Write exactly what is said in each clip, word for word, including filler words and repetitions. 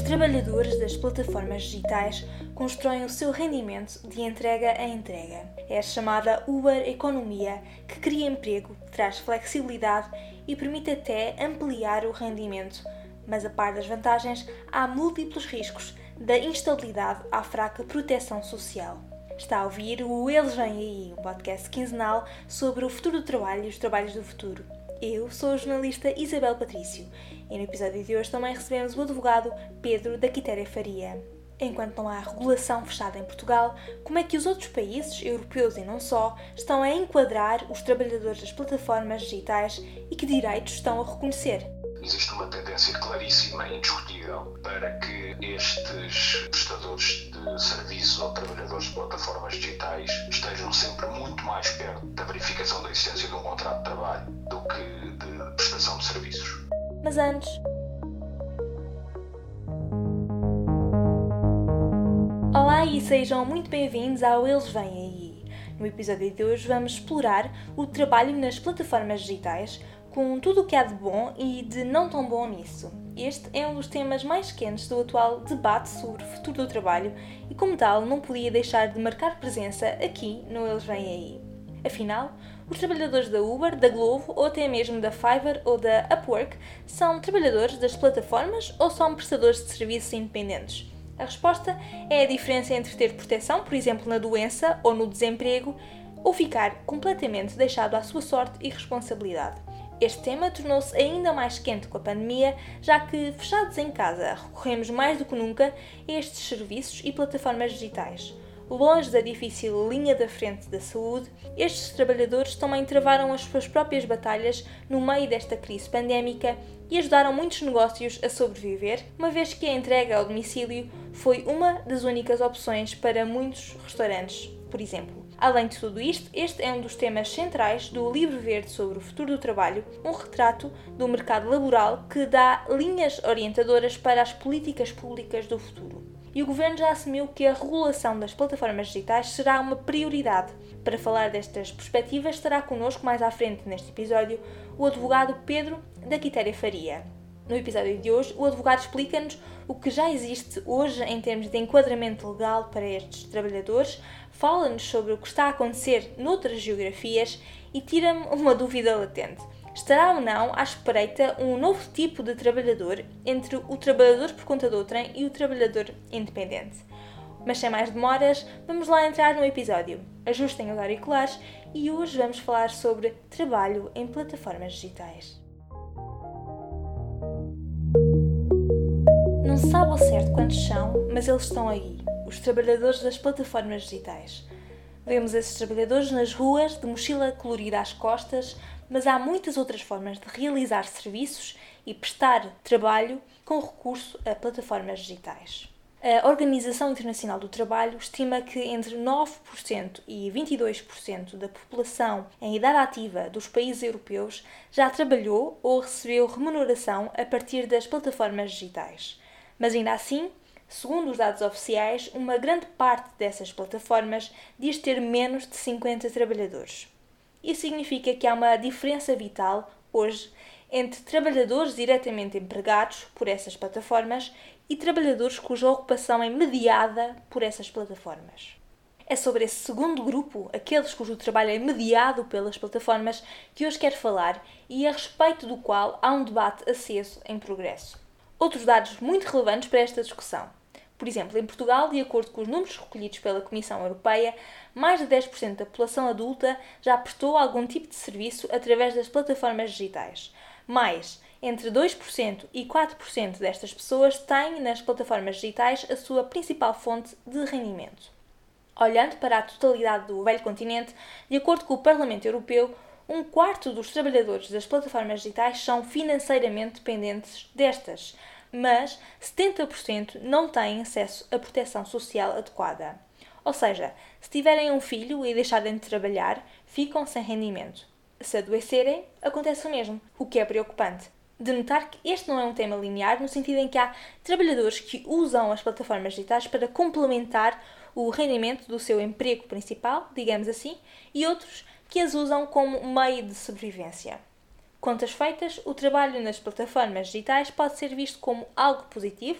trabalhadores das plataformas digitais constroem o seu rendimento de entrega a entrega. É a chamada Uber Economia, que cria emprego, traz flexibilidade e permite até ampliar o rendimento. Mas a par das vantagens, há múltiplos riscos, da instabilidade à fraca proteção social. Está a ouvir o Eles Vêm Aí, um podcast quinzenal sobre o futuro do trabalho e os trabalhos do futuro. Eu sou a jornalista Isabel Patrício e no episódio de hoje também recebemos o advogado Pedro da Quitéria Faria. Enquanto não há regulação fechada em Portugal, como é que os outros países, europeus e não só, estão a enquadrar os trabalhadores das plataformas digitais e que direitos estão a reconhecer? Existe uma tendência claríssima e indiscutível para que estes prestadores de serviço ou trabalhadores de plataformas digitais estejam sempre muito mais perto da verificação da existência de um contrato de trabalho do que de prestação de serviços. Mas antes... Olá e sejam muito bem-vindos ao Eles Vêm Aí. No episódio de hoje vamos explorar o trabalho nas plataformas digitais, com tudo o que há de bom e de não tão bom nisso. Este é um dos temas mais quentes do atual debate sobre o futuro do trabalho e, como tal, não podia deixar de marcar presença aqui no Eles Vêm Aí. Afinal, os trabalhadores da Uber, da Glovo ou até mesmo da Fiverr ou da Upwork são trabalhadores das plataformas ou são prestadores de serviços independentes? A resposta é a diferença entre ter proteção, por exemplo, na doença ou no desemprego, ou ficar completamente deixado à sua sorte e responsabilidade. Este tema tornou-se ainda mais quente com a pandemia, já que, fechados em casa, recorremos mais do que nunca a estes serviços e plataformas digitais. Longe da difícil linha da frente da saúde, estes trabalhadores também travaram as suas próprias batalhas no meio desta crise pandémica e ajudaram muitos negócios a sobreviver, uma vez que a entrega ao domicílio foi uma das únicas opções para muitos restaurantes, por exemplo. Além de tudo isto, este é um dos temas centrais do Livro Verde sobre o Futuro do Trabalho, um retrato do mercado laboral que dá linhas orientadoras para as políticas públicas do futuro. E o Governo já assumiu que a regulação das plataformas digitais será uma prioridade. Para falar destas perspectivas, estará connosco mais à frente neste episódio o advogado Pedro da Quitéria Faria. No episódio de hoje, o advogado explica-nos o que já existe hoje em termos de enquadramento legal para estes trabalhadores, fala-nos sobre o que está a acontecer noutras geografias e tira-me uma dúvida latente. Estará ou não à espreita um novo tipo de trabalhador entre o trabalhador por conta de outrem e o trabalhador independente? Mas sem mais demoras, vamos lá entrar no episódio. Ajustem os auriculares e hoje vamos falar sobre trabalho em plataformas digitais. Não se sabe ao certo quantos são, mas eles estão aí, os trabalhadores das plataformas digitais. Vemos esses trabalhadores nas ruas, de mochila colorida às costas, mas há muitas outras formas de realizar serviços e prestar trabalho com recurso a plataformas digitais. A Organização Internacional do Trabalho estima que entre nove por cento e vinte e dois por cento da população em idade ativa dos países europeus já trabalhou ou recebeu remuneração a partir das plataformas digitais. Mas ainda assim, segundo os dados oficiais, uma grande parte dessas plataformas diz ter menos de cinquenta trabalhadores. Isso significa que há uma diferença vital, hoje, entre trabalhadores diretamente empregados por essas plataformas e trabalhadores cuja ocupação é mediada por essas plataformas. É sobre esse segundo grupo, aqueles cujo trabalho é mediado pelas plataformas, que hoje quero falar e a respeito do qual há um debate aceso em progresso. Outros dados muito relevantes para esta discussão. Por exemplo, em Portugal, de acordo com os números recolhidos pela Comissão Europeia, mais de dez por cento da população adulta já prestou algum tipo de serviço através das plataformas digitais. Mais, entre dois por cento e quatro por cento destas pessoas têm nas plataformas digitais a sua principal fonte de rendimento. Olhando para a totalidade do velho continente, de acordo com o Parlamento Europeu, um quarto dos trabalhadores das plataformas digitais são financeiramente dependentes destas, mas setenta por cento não têm acesso à proteção social adequada. Ou seja, se tiverem um filho e deixarem de trabalhar, ficam sem rendimento. Se adoecerem, acontece o mesmo, o que é preocupante. De notar que este não é um tema linear, no sentido em que há trabalhadores que usam as plataformas digitais para complementar o rendimento do seu emprego principal, digamos assim, e outros que as usam como meio de sobrevivência. Contas feitas, o trabalho nas plataformas digitais pode ser visto como algo positivo,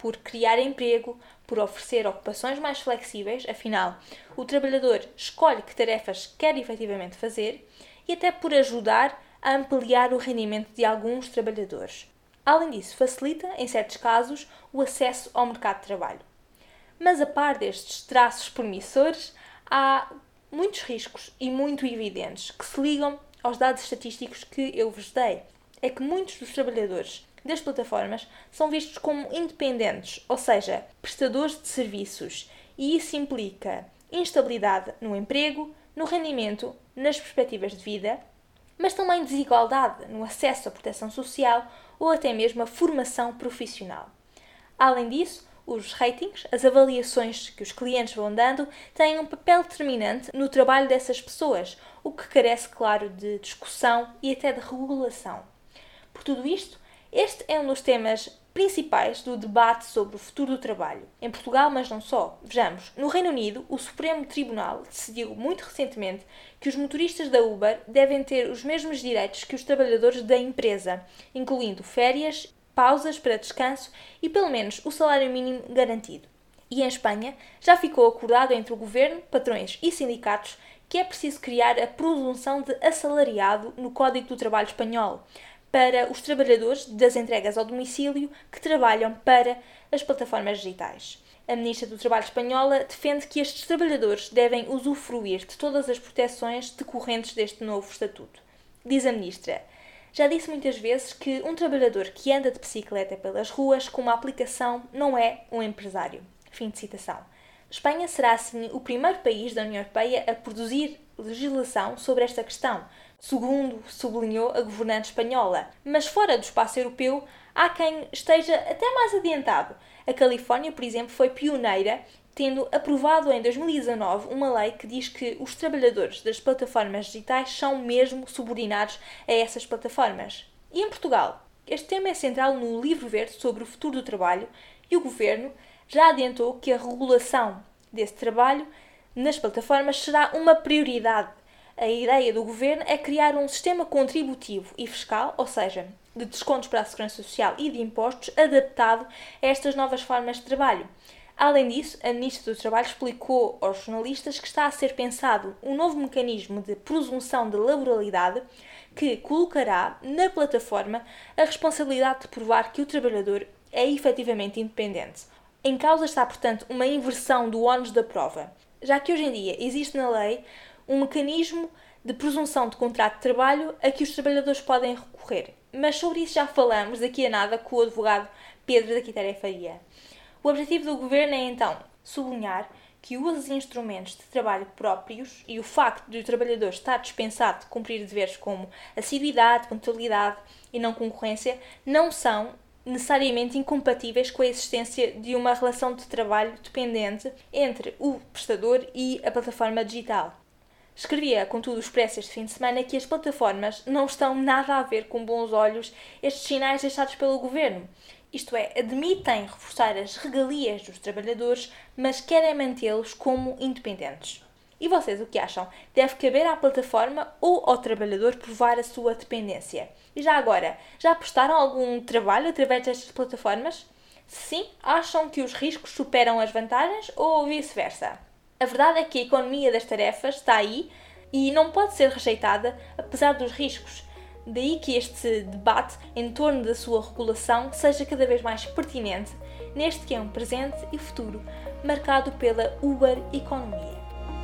por criar emprego, por oferecer ocupações mais flexíveis, afinal, o trabalhador escolhe que tarefas quer efetivamente fazer, e até por ajudar a ampliar o rendimento de alguns trabalhadores. Além disso, facilita, em certos casos, o acesso ao mercado de trabalho. Mas a par destes traços promissores, há muitos riscos e muito evidentes que se ligam aos dados estatísticos que eu vos dei. É que muitos dos trabalhadores das plataformas são vistos como independentes, ou seja, prestadores de serviços, e isso implica instabilidade no emprego, no rendimento, nas perspectivas de vida, mas também desigualdade no acesso à proteção social ou até mesmo à formação profissional. Além disso, os ratings, as avaliações que os clientes vão dando, têm um papel determinante no trabalho dessas pessoas, o que carece, claro, de discussão e até de regulação. Por tudo isto, este é um dos temas principais do debate sobre o futuro do trabalho. Em Portugal, mas não só. Vejamos, no Reino Unido, o Supremo Tribunal decidiu muito recentemente que os motoristas da Uber devem ter os mesmos direitos que os trabalhadores da empresa, incluindo férias, pausas para descanso e pelo menos o salário mínimo garantido. E em Espanha já ficou acordado entre o governo, patrões e sindicatos que é preciso criar a presunção de assalariado no Código do Trabalho espanhol para os trabalhadores das entregas ao domicílio que trabalham para as plataformas digitais. A Ministra do Trabalho espanhola defende que estes trabalhadores devem usufruir de todas as proteções decorrentes deste novo estatuto. Diz a Ministra: já disse muitas vezes que um trabalhador que anda de bicicleta pelas ruas com uma aplicação não é um empresário. Fim de citação. Espanha será assim o primeiro país da União Europeia a produzir legislação sobre esta questão, segundo sublinhou a governante espanhola. Mas fora do espaço europeu, há quem esteja até mais adiantado. A Califórnia, por exemplo, foi pioneira, tendo aprovado em dois mil e dezanove uma lei que diz que os trabalhadores das plataformas digitais são mesmo subordinados a essas plataformas. E em Portugal? Este tema é central no Livro Verde sobre o futuro do trabalho e o Governo já adiantou que a regulação desse trabalho nas plataformas será uma prioridade. A ideia do Governo é criar um sistema contributivo e fiscal, ou seja, de descontos para a Segurança Social e de impostos, adaptado a estas novas formas de trabalho. Além disso, a Ministra do Trabalho explicou aos jornalistas que está a ser pensado um novo mecanismo de presunção de laboralidade que colocará na plataforma a responsabilidade de provar que o trabalhador é efetivamente independente. Em causa está, portanto, uma inversão do ónus da prova, já que hoje em dia existe na lei um mecanismo de presunção de contrato de trabalho a que os trabalhadores podem recorrer. Mas sobre isso já falamos daqui a nada com o advogado Pedro da Quitéria Faria. O objetivo do Governo é, então, sublinhar que os instrumentos de trabalho próprios e o facto de o trabalhador estar dispensado de cumprir deveres como assiduidade, pontualidade e não concorrência não são necessariamente incompatíveis com a existência de uma relação de trabalho dependente entre o prestador e a plataforma digital. Escrevia, contudo, o Expresso este fim de semana que as plataformas não estão nada a ver com bons olhos estes sinais deixados pelo Governo. Isto é, admitem reforçar as regalias dos trabalhadores, mas querem mantê-los como independentes. E vocês o que acham? Deve caber à plataforma ou ao trabalhador provar a sua dependência? E já agora, já prestaram algum trabalho através destas plataformas? Se sim, acham que os riscos superam as vantagens ou vice-versa? A verdade é que a economia das tarefas está aí e não pode ser rejeitada, apesar dos riscos. Daí que este debate em torno da sua regulação seja cada vez mais pertinente neste que é um presente e futuro marcado pela Uber economia.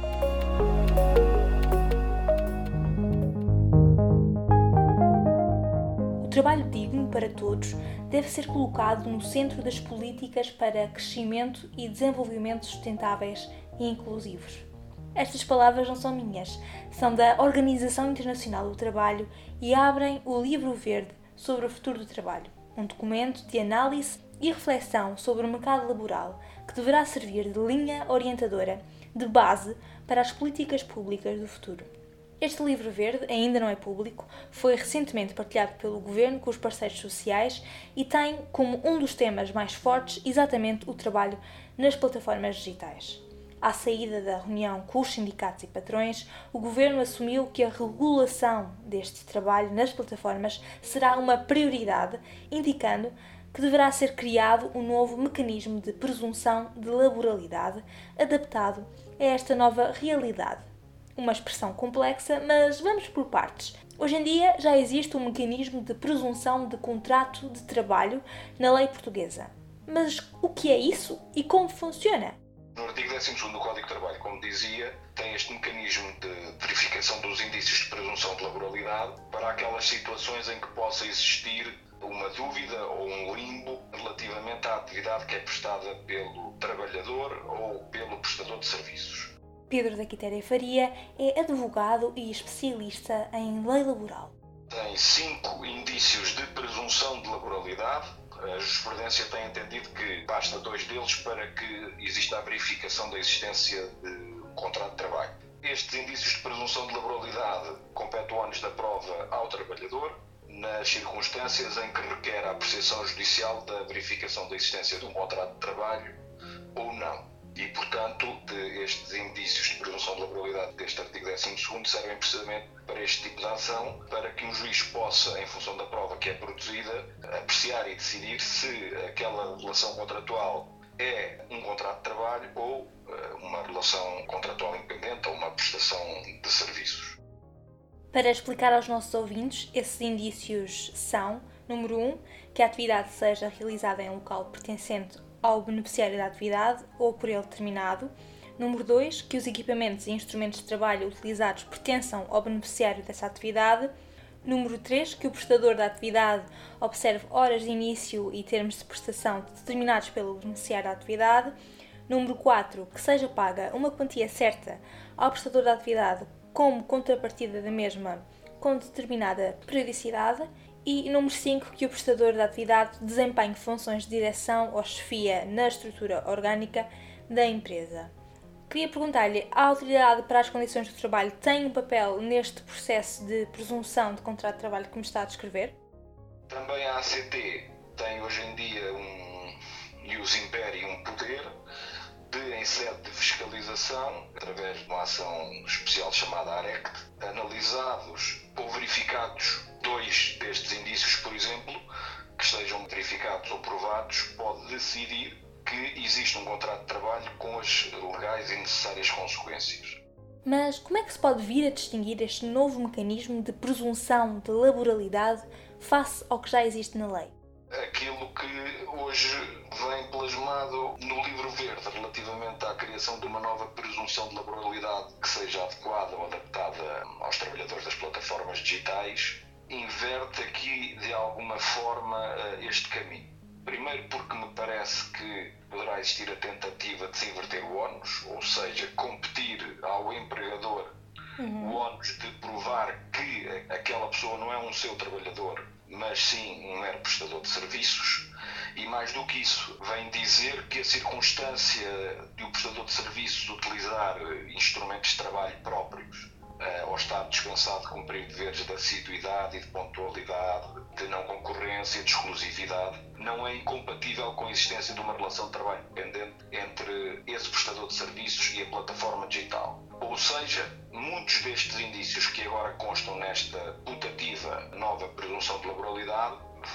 O trabalho digno para todos deve ser colocado no centro das políticas para crescimento e desenvolvimento sustentáveis e inclusivos. Estas palavras não são minhas, são da Organização Internacional do Trabalho e abrem o Livro Verde sobre o futuro do trabalho, um documento de análise e reflexão sobre o mercado laboral que deverá servir de linha orientadora, de base para as políticas públicas do futuro. Este Livro Verde ainda não é público, foi recentemente partilhado pelo Governo com os parceiros sociais e tem como um dos temas mais fortes exatamente o trabalho nas plataformas digitais. À saída da reunião com os sindicatos e patrões, o Governo assumiu que a regulação deste trabalho nas plataformas será uma prioridade, indicando que deverá ser criado um novo mecanismo de presunção de laboralidade adaptado a esta nova realidade. Uma expressão complexa, mas vamos por partes. Hoje em dia já existe um mecanismo de presunção de contrato de trabalho na lei portuguesa. Mas o que é isso e como funciona? No artigo décimo segundo do Código de Trabalho, como dizia, tem este mecanismo de verificação dos indícios de presunção de laboralidade para aquelas situações em que possa existir uma dúvida ou um limbo relativamente à atividade que é prestada pelo trabalhador ou pelo prestador de serviços. Pedro da Quitéria Faria é advogado e especialista em lei laboral. Tem cinco indícios de presunção de laboralidade. A jurisprudência tem entendido que basta dois deles para que exista a verificação da existência de contrato de trabalho. Estes indícios de presunção de laboralidade competem o ônus da prova ao trabalhador, nas circunstâncias em que requer a apreciação judicial da verificação da existência de um contrato de trabalho ou não. E, portanto, de estes indícios de presunção de laboralidade deste artigo décimo segundo servem precisamente para este tipo de ação, para que um juiz possa, em função da prova que é produzida, apreciar e decidir se aquela relação contratual é um contrato de trabalho ou uma relação contratual independente ou uma prestação de serviços. Para explicar aos nossos ouvintes, esses indícios são, número um, que a atividade seja realizada em local pertencente ao beneficiário da atividade ou por ele determinado. Número dois, que os equipamentos e instrumentos de trabalho utilizados pertençam ao beneficiário dessa atividade. Número três, que o prestador da atividade observe horas de início e termos de prestação determinados pelo beneficiário da atividade. Número quatro, que seja paga uma quantia certa ao prestador da atividade como contrapartida da mesma com determinada periodicidade. E número cinco, que o prestador da atividade desempenhe funções de direção ou chefia na estrutura orgânica da empresa. Queria perguntar-lhe, a Autoridade para as Condições do Trabalho tem um papel neste processo de presunção de contrato de trabalho que me está a descrever? Também a A C T tem hoje em dia um ius imperi, um poder de, em sede de fiscalização, através de uma ação especial chamada ARECT, analisados ou verificados dois destes indícios, por exemplo, que estejam verificados ou provados, pode decidir que existe um contrato de trabalho com as legais e necessárias consequências. Mas como é que se pode vir a distinguir este novo mecanismo de presunção de laboralidade face ao que já existe na lei? Aquilo que hoje vem plasmado no Livro Verde relativamente à criação de uma nova presunção de laboralidade que seja adequada ou adaptada aos trabalhadores das plataformas digitais, inverte aqui de alguma forma este caminho. Primeiro porque me parece que poderá existir a tentativa de se inverter o ónus, ou seja, competir ao empregador uhum. o ónus de provar que aquela pessoa não é um seu trabalhador, mas sim um mero prestador de serviços. E mais do que isso, vem dizer que a circunstância de o prestador de serviços utilizar instrumentos de trabalho próprios ou estar dispensado de cumprir deveres de assiduidade e de pontualidade, de não concorrência, de exclusividade, não é incompatível com a existência de uma relação de trabalho dependente entre esse prestador de serviços e a plataforma digital. Ou seja, muitos destes indícios que agora constam nesta putativa nova presunção de laboralidade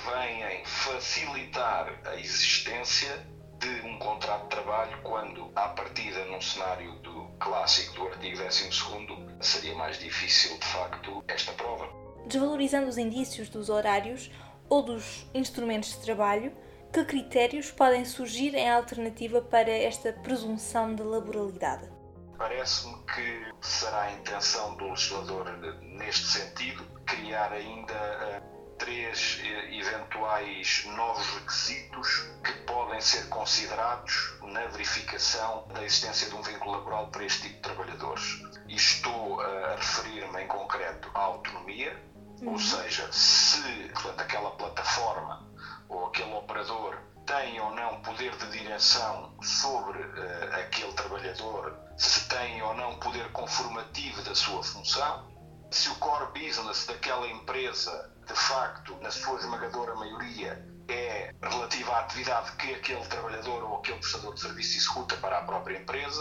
vêm facilitar a existência de um contrato de trabalho quando, à partida, num cenário do clássico do artigo décimo segundo, seria mais difícil, de facto, esta prova. Desvalorizando os indícios dos horários ou dos instrumentos de trabalho, que critérios podem surgir em alternativa para esta presunção de laboralidade? Parece-me que será a intenção do legislador, neste sentido, criar ainda uh, três uh, eventuais novos requisitos que podem ser considerados na verificação da existência de um vínculo laboral para este tipo de trabalhadores. E estou uh, a referir-me em concreto à autonomia, uhum. ou seja, se portanto, aquela plataforma ou aquele operador tem ou não poder de direção sobre uh, aquele trabalhador, se tem ou não poder conformativo da sua função, se o core business daquela empresa, de facto, na sua esmagadora maioria, é relativa à atividade que aquele trabalhador ou aquele prestador de serviço executa para a própria empresa,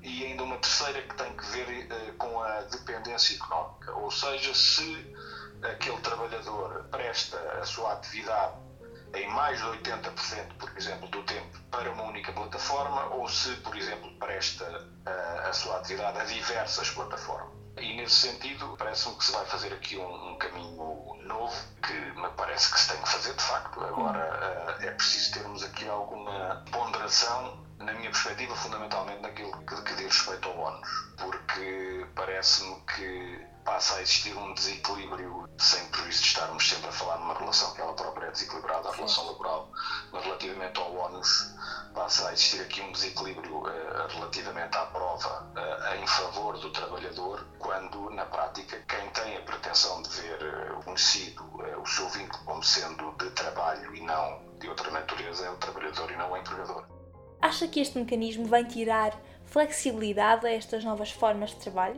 e ainda uma terceira que tem que ver uh, com a dependência económica, ou seja, se aquele trabalhador presta a sua atividade em mais de oitenta por cento, por exemplo, do tempo para uma única plataforma, ou se, por exemplo, presta uh, a sua atividade a diversas plataformas. E nesse sentido, parece-me que se vai fazer aqui um, um caminho novo, que me parece que se tem que fazer de facto. Agora, uh, é preciso termos aqui alguma ponderação, na minha perspectiva, fundamentalmente naquilo que, que diz respeito ao ónus, porque parece-me que passa a existir um desequilíbrio, sem prejuízo de estarmos sempre a falar numa relação que ela própria é desequilibrada, a relação laboral, mas relativamente ao ónus, passa a existir aqui um desequilíbrio uh, relativamente à prova uh, em favor do trabalhador, quando, na prática, quem tem a pretensão de ver uh, conhecido uh, o seu vínculo como sendo de trabalho e não de outra natureza é o trabalhador e não o empregador. Acha que este mecanismo vai tirar flexibilidade a estas novas formas de trabalho?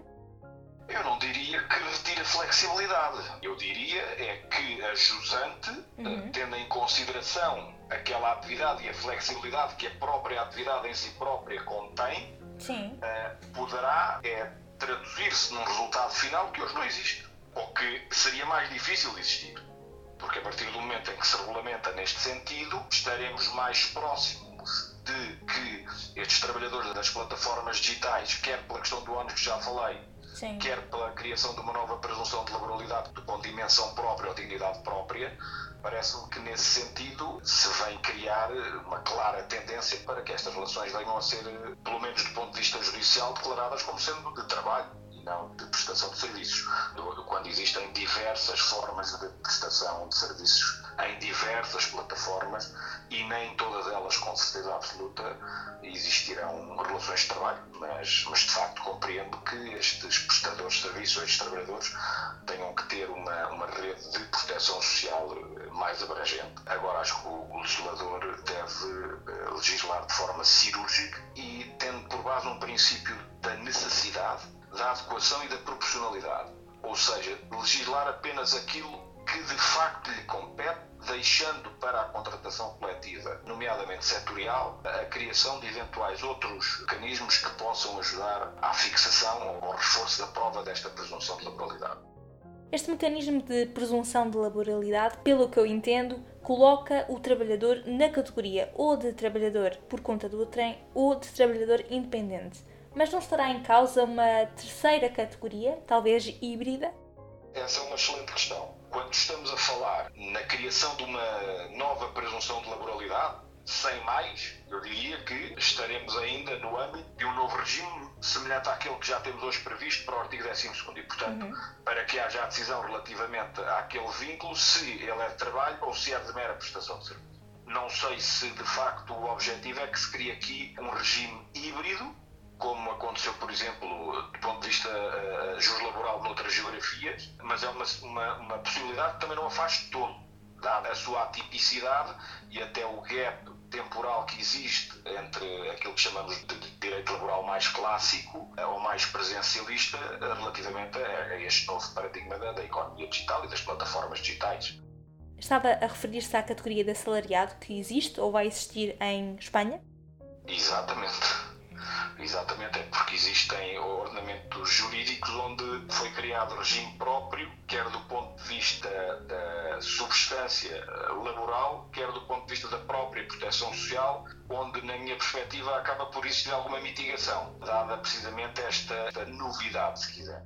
Eu não diria que retira flexibilidade. Eu diria é que a jusante, uhum. tendo em consideração aquela atividade e a flexibilidade que a própria atividade em si própria contém, Sim. Uh, poderá é, traduzir-se num resultado final que hoje não existe, ou que seria mais difícil de existir. Porque a partir do momento em que se regulamenta neste sentido, estaremos mais próximos de que estes trabalhadores das plataformas digitais, quer pela questão do ónus que já falei, Sim. quer pela criação de uma nova presunção de laboralidade com dimensão própria ou dignidade própria, parece-me que nesse sentido se vem criar uma clara tendência para que estas relações venham a ser, pelo menos do ponto de vista judicial, declaradas como sendo de trabalho e não de prestação de serviços. Quando existem diversas formas de prestação de serviços em diversas plataformas e nem todas elas, com certeza absoluta, existirão relações de trabalho, mas, mas de facto compreendo que estes prestadores de serviços, estes trabalhadores, tenham que ter uma, uma rede de proteção social mais abrangente. Agora acho que o legislador deve legislar de forma cirúrgica e tendo por base um princípio da necessidade, da adequação e da proporcionalidade, ou seja, legislar apenas aquilo que de facto lhe compete, deixando para a contratação coletiva, nomeadamente setorial, a criação de eventuais outros mecanismos que possam ajudar à fixação ou ao reforço da prova desta presunção de laboralidade. Este mecanismo de presunção de laboralidade, pelo que eu entendo, coloca o trabalhador na categoria ou de trabalhador por conta do trem ou de trabalhador independente. Mas não estará em causa uma terceira categoria, talvez híbrida? Essa é uma excelente questão. Quando estamos a falar na criação de uma nova presunção de laboralidade, sem mais, eu diria que estaremos ainda no âmbito de um novo regime semelhante àquele que já temos hoje previsto para o artigo décimo segundo. E, portanto, uhum. para que haja a decisão relativamente àquele vínculo, se ele é de trabalho ou se é de mera prestação de serviço. Não sei se, de facto, o objetivo é que se crie aqui um regime híbrido, como aconteceu, por exemplo, do ponto de vista uh, juros-laboral noutras geografias, mas é uma, uma, uma possibilidade que também não a faz de todo, dada a sua atipicidade e até o gap temporal que existe entre aquilo que chamamos de direito laboral mais clássico uh, ou mais presencialista uh, relativamente a, a este novo paradigma da, da economia digital e das plataformas digitais. Estava a referir-se à categoria de assalariado que existe ou vai existir em Espanha? Exatamente. Exatamente, é porque existem ordenamentos jurídicos onde foi criado regime próprio, quer do ponto de vista da substância laboral, quer do ponto de vista da própria proteção social, onde, na minha perspectiva, acaba por existir alguma mitigação, dada precisamente esta, esta novidade, se quiser.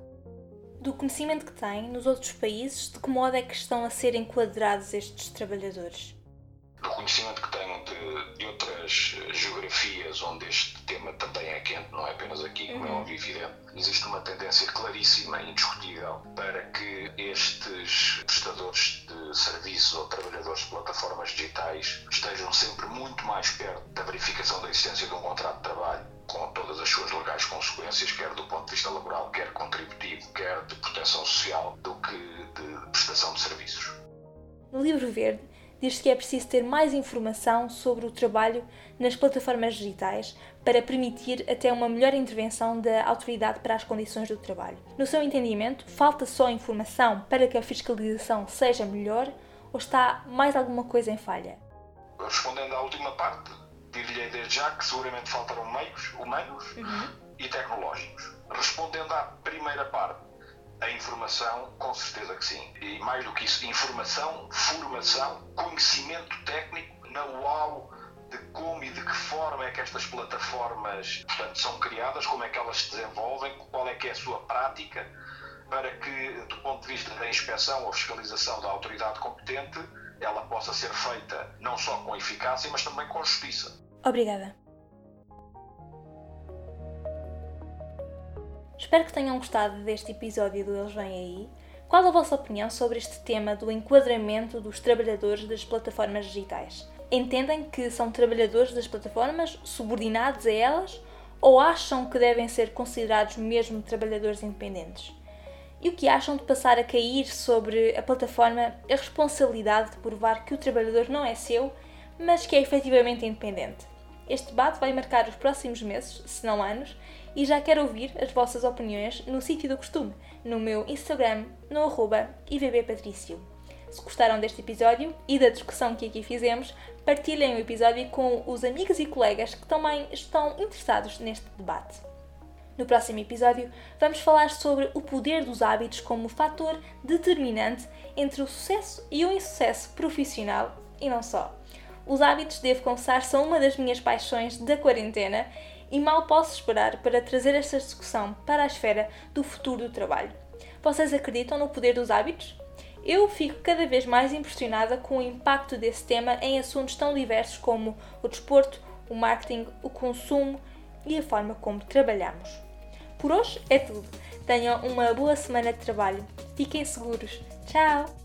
Do conhecimento que tem nos outros países, de que modo é que estão a ser enquadrados estes trabalhadores? Do conhecimento que tenho de, de outras geografias onde este tema também é quente, não é apenas aqui, como é óbvio e evidente, existe uma tendência claríssima e indiscutível para que estes prestadores de serviços ou trabalhadores de plataformas digitais estejam sempre muito mais perto da verificação da existência de um contrato de trabalho, com todas as suas legais consequências, quer do ponto de vista laboral, quer contributivo, quer de proteção social, do que de prestação de serviços. No Livro Verde, diz-se que é preciso ter mais informação sobre o trabalho nas plataformas digitais para permitir até uma melhor intervenção da autoridade para as condições do trabalho. No seu entendimento, falta só informação para que a fiscalização seja melhor ou está mais alguma coisa em falha? Respondendo à última parte, dir-lhe desde já que seguramente faltarão meios humanos uhum. e tecnológicos? Respondendo à primeira parte, a informação, com certeza que sim. E mais do que isso, informação, formação, conhecimento técnico, know-how de como e de que forma é que estas plataformas, portanto, são criadas, como é que elas se desenvolvem, qual é que é a sua prática, para que, do ponto de vista da inspeção ou fiscalização da autoridade competente, ela possa ser feita não só com eficácia, mas também com justiça. Obrigada. Espero que tenham gostado deste episódio do Eles Vêm Aí. Qual a vossa opinião sobre este tema do enquadramento dos trabalhadores das plataformas digitais? Entendem que são trabalhadores das plataformas subordinados a elas ou acham que devem ser considerados mesmo trabalhadores independentes? E o que acham de passar a cair sobre a plataforma a responsabilidade de provar que o trabalhador não é seu, mas que é efetivamente independente? Este debate vai marcar os próximos meses, se não anos, e já quero ouvir as vossas opiniões no sítio do costume, no meu Instagram, no arroba ivbpatricio. Se gostaram deste episódio e da discussão que aqui fizemos, partilhem o episódio com os amigos e colegas que também estão interessados neste debate. No próximo episódio, vamos falar sobre o poder dos hábitos como fator determinante entre o sucesso e o insucesso profissional e não só. Os hábitos, devo confessar, são uma das minhas paixões da quarentena e mal posso esperar para trazer esta discussão para a esfera do futuro do trabalho. Vocês acreditam no poder dos hábitos? Eu fico cada vez mais impressionada com o impacto desse tema em assuntos tão diversos como o desporto, o marketing, o consumo e a forma como trabalhamos. Por hoje é tudo. Tenham uma boa semana de trabalho. Fiquem seguros. Tchau!